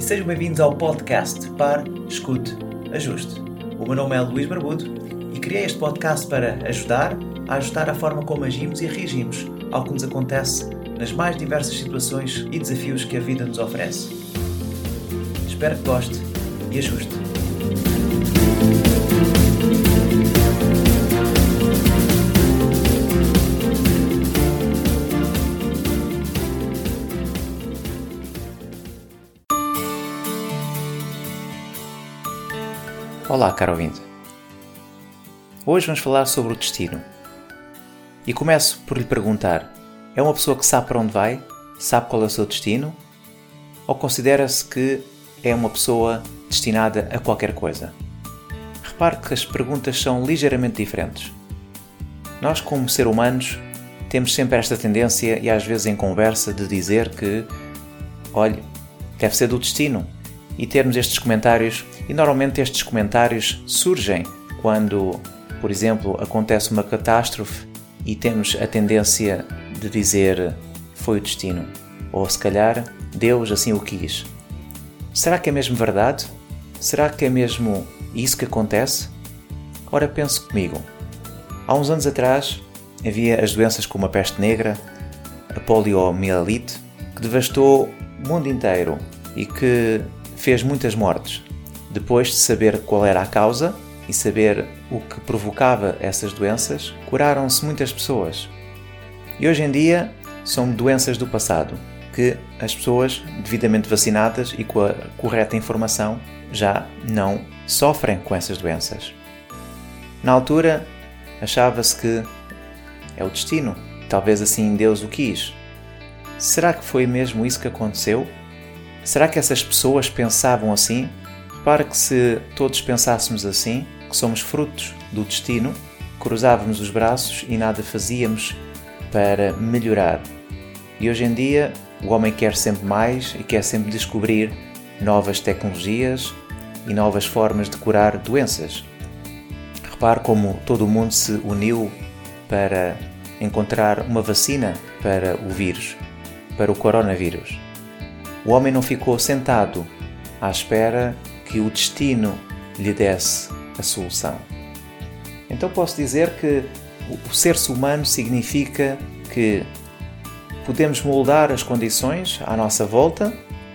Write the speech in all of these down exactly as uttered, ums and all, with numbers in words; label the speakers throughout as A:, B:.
A: sejam bem-vindos ao podcast Pare, Escute, Ajuste. O meu nome é Luís Barbudo e criei este podcast para ajudar a ajustar a forma como agimos e reagimos ao que nos acontece nas mais diversas situações e desafios que a vida nos oferece. Espero que goste e ajuste. Olá, caro ouvinte. Hoje vamos falar sobre o destino. E começo por lhe perguntar, é uma pessoa que sabe para onde vai? Sabe qual é o seu destino? Ou considera-se que é uma pessoa destinada a qualquer coisa? Repare que as perguntas são ligeiramente diferentes. Nós, como seres humanos, temos sempre esta tendência, e às vezes em conversa, de dizer que, olha, deve ser do destino. E termos estes comentários, e normalmente estes comentários surgem quando, por exemplo, acontece uma catástrofe e temos a tendência de dizer foi o destino, ou se calhar Deus assim o quis. Será que é mesmo verdade? Será que é mesmo isso que acontece? Ora, pense comigo. Há uns anos atrás havia as doenças como a peste negra, a poliomielite, que devastou o mundo inteiro e que fez muitas mortes. Depois de saber qual era a causa e saber o que provocava essas doenças, curaram-se muitas pessoas. E hoje em dia são doenças do passado, que as pessoas devidamente vacinadas e com a correta informação já não sofrem com essas doenças. Na altura achava-se que é o destino, talvez assim Deus o quis. Será que foi mesmo isso que aconteceu? Será que essas pessoas pensavam assim? Para que se todos pensássemos assim, que somos frutos do destino, cruzávamos os braços e nada fazíamos para melhorar. E hoje em dia o homem quer sempre mais e quer sempre descobrir novas tecnologias e novas formas de curar doenças. Repare como todo o mundo se uniu para encontrar uma vacina para o vírus, para o coronavírus. O homem não ficou sentado à espera que o destino lhe desse a solução. Então posso dizer que o ser-se humano significa que podemos moldar as condições à nossa volta,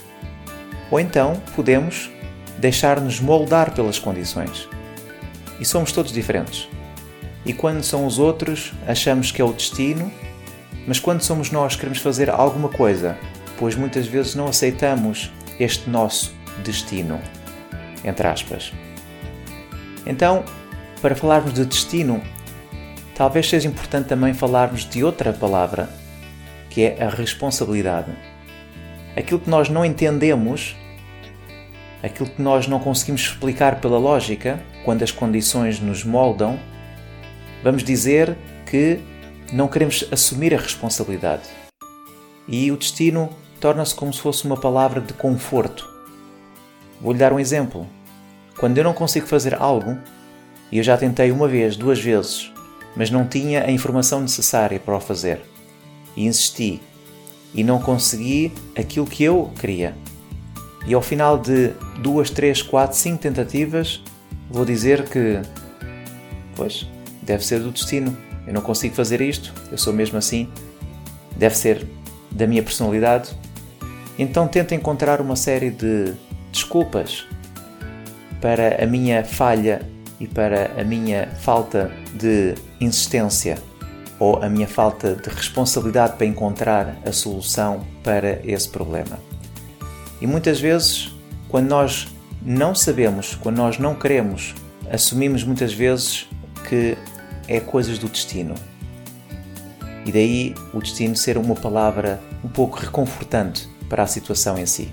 A: ou então podemos deixar-nos moldar pelas condições. E somos todos diferentes. E quando são os outros, achamos que é o destino, mas quando somos nós que queremos fazer alguma coisa, pois muitas vezes não aceitamos este nosso destino, entre aspas. Então, para falarmos de destino, talvez seja importante também falarmos de outra palavra, que é a responsabilidade. Aquilo que nós não entendemos, aquilo que nós não conseguimos explicar pela lógica, quando as condições nos moldam, vamos dizer que não queremos assumir a responsabilidade. E o destino torna-se como se fosse uma palavra de conforto. Vou-lhe dar um exemplo. Quando eu não consigo fazer algo, e eu já tentei uma vez, duas vezes, mas não tinha a informação necessária para o fazer, e insisti, e não consegui aquilo que eu queria, e ao final de duas, três, quatro, cinco tentativas, vou dizer que, pois, deve ser do destino, eu não consigo fazer isto, eu sou mesmo assim, deve ser da minha personalidade. Então tento encontrar uma série de desculpas para a minha falha e para a minha falta de insistência ou a minha falta de responsabilidade para encontrar a solução para esse problema. E muitas vezes, quando nós não sabemos, quando nós não queremos, assumimos muitas vezes que é coisas do destino. E daí o destino ser uma palavra um pouco reconfortante para a situação em si.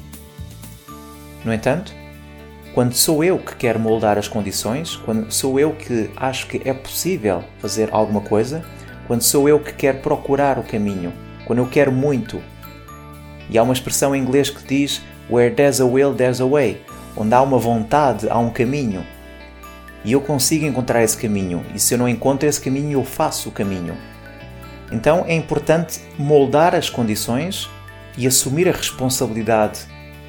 A: No entanto, quando sou eu que quero moldar as condições, quando sou eu que acho que é possível fazer alguma coisa, quando sou eu que quero procurar o caminho, quando eu quero muito, e há uma expressão em inglês que diz "Where there's a will, there's a way", onde há uma vontade, há um caminho, e eu consigo encontrar esse caminho, e se eu não encontro esse caminho, eu faço o caminho. Então é importante moldar as condições e assumir a responsabilidade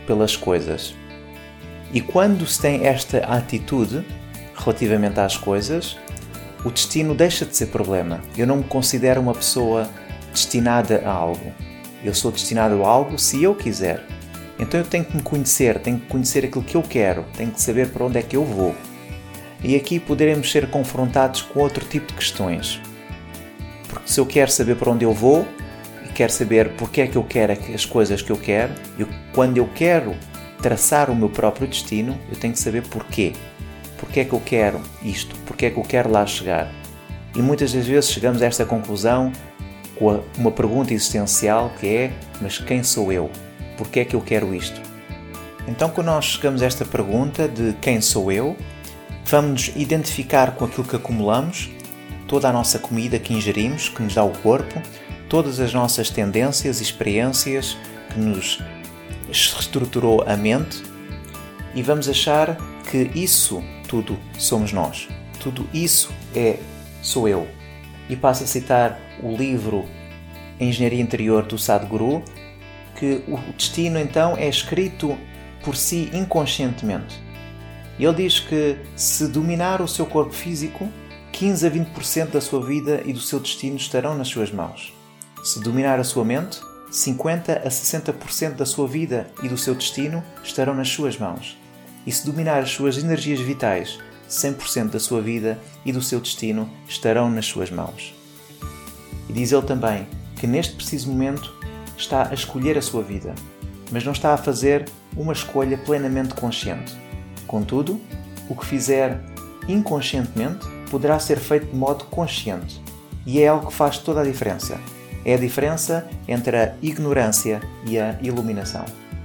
A: pelas coisas. E quando se tem esta atitude relativamente às coisas, o destino deixa de ser problema. Eu não me considero uma pessoa destinada a algo. Eu sou destinado a algo se eu quiser. Então eu tenho que me conhecer, tenho que conhecer aquilo que eu quero, tenho que saber para onde é que eu vou. E aqui poderemos ser confrontados com outro tipo de questões. Porque se eu quero saber para onde eu vou, e quero saber porque é que eu quero as coisas que eu quero, e quando eu quero traçar o meu próprio destino, eu tenho que saber porquê. Porquê é que eu quero isto? Porquê é que eu quero lá chegar? E muitas das vezes chegamos a esta conclusão com uma pergunta existencial que é: mas quem sou eu? Porquê é que eu quero isto? Então, quando nós chegamos a esta pergunta de quem sou eu, vamos nos identificar com aquilo que acumulamos, toda a nossa comida que ingerimos, que nos dá o corpo, todas as nossas tendências e experiências que nos reestruturou a mente, e vamos achar que isso tudo somos nós. Tudo isso é sou eu. E passo a citar o livro Engenharia Interior do Sadhguru, que o destino então é escrito por si inconscientemente. Ele diz que se dominar o seu corpo físico, quinze a vinte por cento da sua vida e do seu destino estarão nas suas mãos. Se dominar a sua mente, cinquenta a sessenta por cento da sua vida e do seu destino estarão nas suas mãos. E se dominar as suas energias vitais, cem por cento da sua vida e do seu destino estarão nas suas mãos. E diz ele também que neste preciso momento está a escolher a sua vida, mas não está a fazer uma escolha plenamente consciente. Contudo, o que fizer inconscientemente poderá ser feito de modo consciente, e é algo que faz toda a diferença. É a diferença entre a ignorância e a iluminação.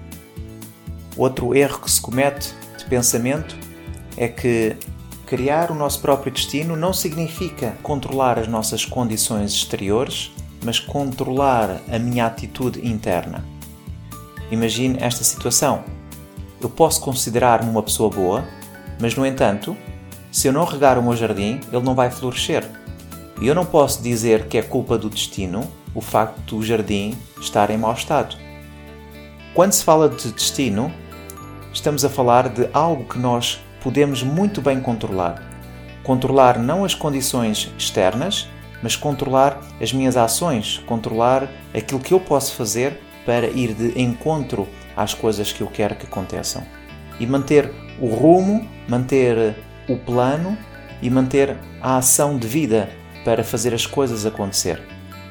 A: Outro erro que se comete de pensamento é que criar o nosso próprio destino não significa controlar as nossas condições exteriores, mas controlar a minha atitude interna. Imagine esta situação. Eu posso considerar-me uma pessoa boa, mas, no entanto, se eu não regar o meu jardim, ele não vai florescer. E eu não posso dizer que é culpa do destino o facto do jardim estar em mau estado. Quando se fala de destino, estamos a falar de algo que nós podemos muito bem controlar. Controlar não as condições externas, mas controlar as minhas ações, controlar aquilo que eu posso fazer para ir de encontro às coisas que eu quero que aconteçam. E manter o rumo, manter o plano e manter a ação de vida para fazer as coisas acontecer.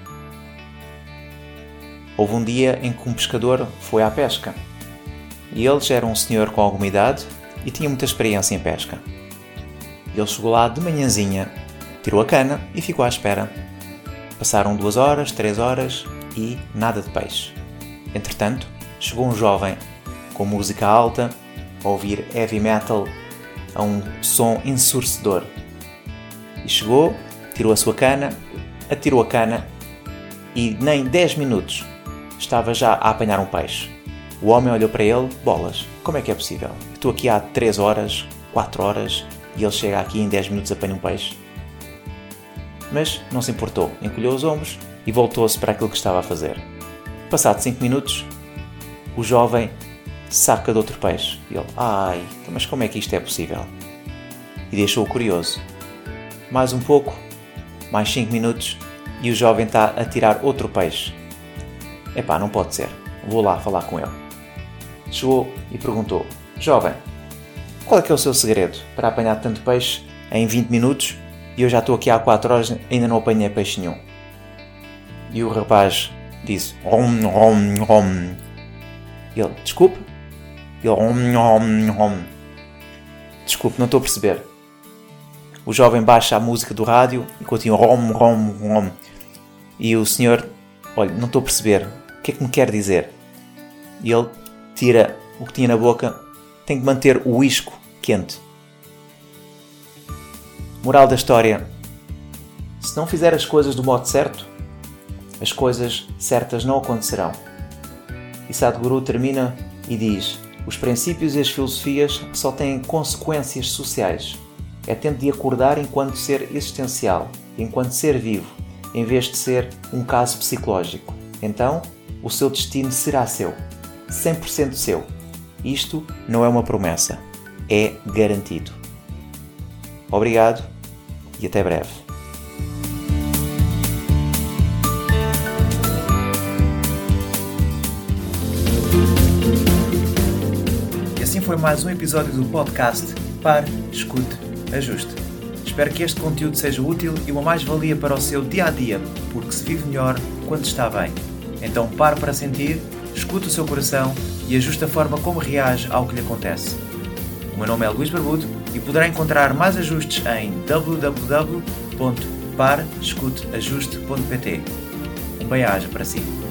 A: Houve um dia em que um pescador foi à pesca. E ele já era um senhor com alguma idade e tinha muita experiência em pesca. Ele chegou lá de manhãzinha, tirou a cana e ficou à espera. Passaram duas horas, três horas e nada de peixe. Entretanto, chegou um jovem com música alta, a ouvir heavy metal a um som ensurdecedor. E chegou, tirou a sua cana, atirou a cana e nem dez minutos estava já a apanhar um peixe. O homem olhou para ele: bolas, como é que é possível? Estou aqui há três horas, quatro horas e ele chega aqui em dez minutos e apanha um peixe. Mas não se importou, encolheu os ombros e voltou-se para aquilo que estava a fazer. Passado cinco minutos, o jovem saca de outro peixe. E ele: ai, mas como é que isto é possível? E deixou-o curioso. Mais um pouco, mais cinco minutos e o jovem está a tirar outro peixe. Epá, não pode ser. Vou lá falar com ele. Chegou e perguntou: jovem, qual é que é o seu segredo para apanhar tanto peixe em vinte minutos e eu já estou aqui há quatro horas e ainda não apanhei peixe nenhum? E o rapaz disse: rom, rom, rom. E ele: desculpe? E ele: rom, rom, rom. Desculpe, não estou a perceber. O jovem baixa a música do rádio e continua: rom, rom, rom. E o senhor: olha, não estou a perceber. O que é que me quer dizer? E ele tira o que tinha na boca. Tem que manter o isco quente. Moral da história: se não fizer as coisas do modo certo, as coisas certas não acontecerão. E Sadhguru termina e diz: os princípios e as filosofias só têm consequências sociais. É tempo de acordar enquanto ser existencial, enquanto ser vivo, em vez de ser um caso psicológico. Então, o seu destino será seu, cem por cento seu. Isto não é uma promessa, é garantido. Obrigado e até breve. E assim foi mais um episódio do podcast Pare, Escute, Ajuste. Espero que este conteúdo seja útil e uma mais-valia para o seu dia-a-dia, porque se vive melhor quando está bem. Então pare para sentir, escute o seu coração e ajuste a forma como reage ao que lhe acontece. O meu nome é Luís Barbudo e poderá encontrar mais ajustes em w w w ponto pare escute ajuste ponto p t. Um bem-aja para si.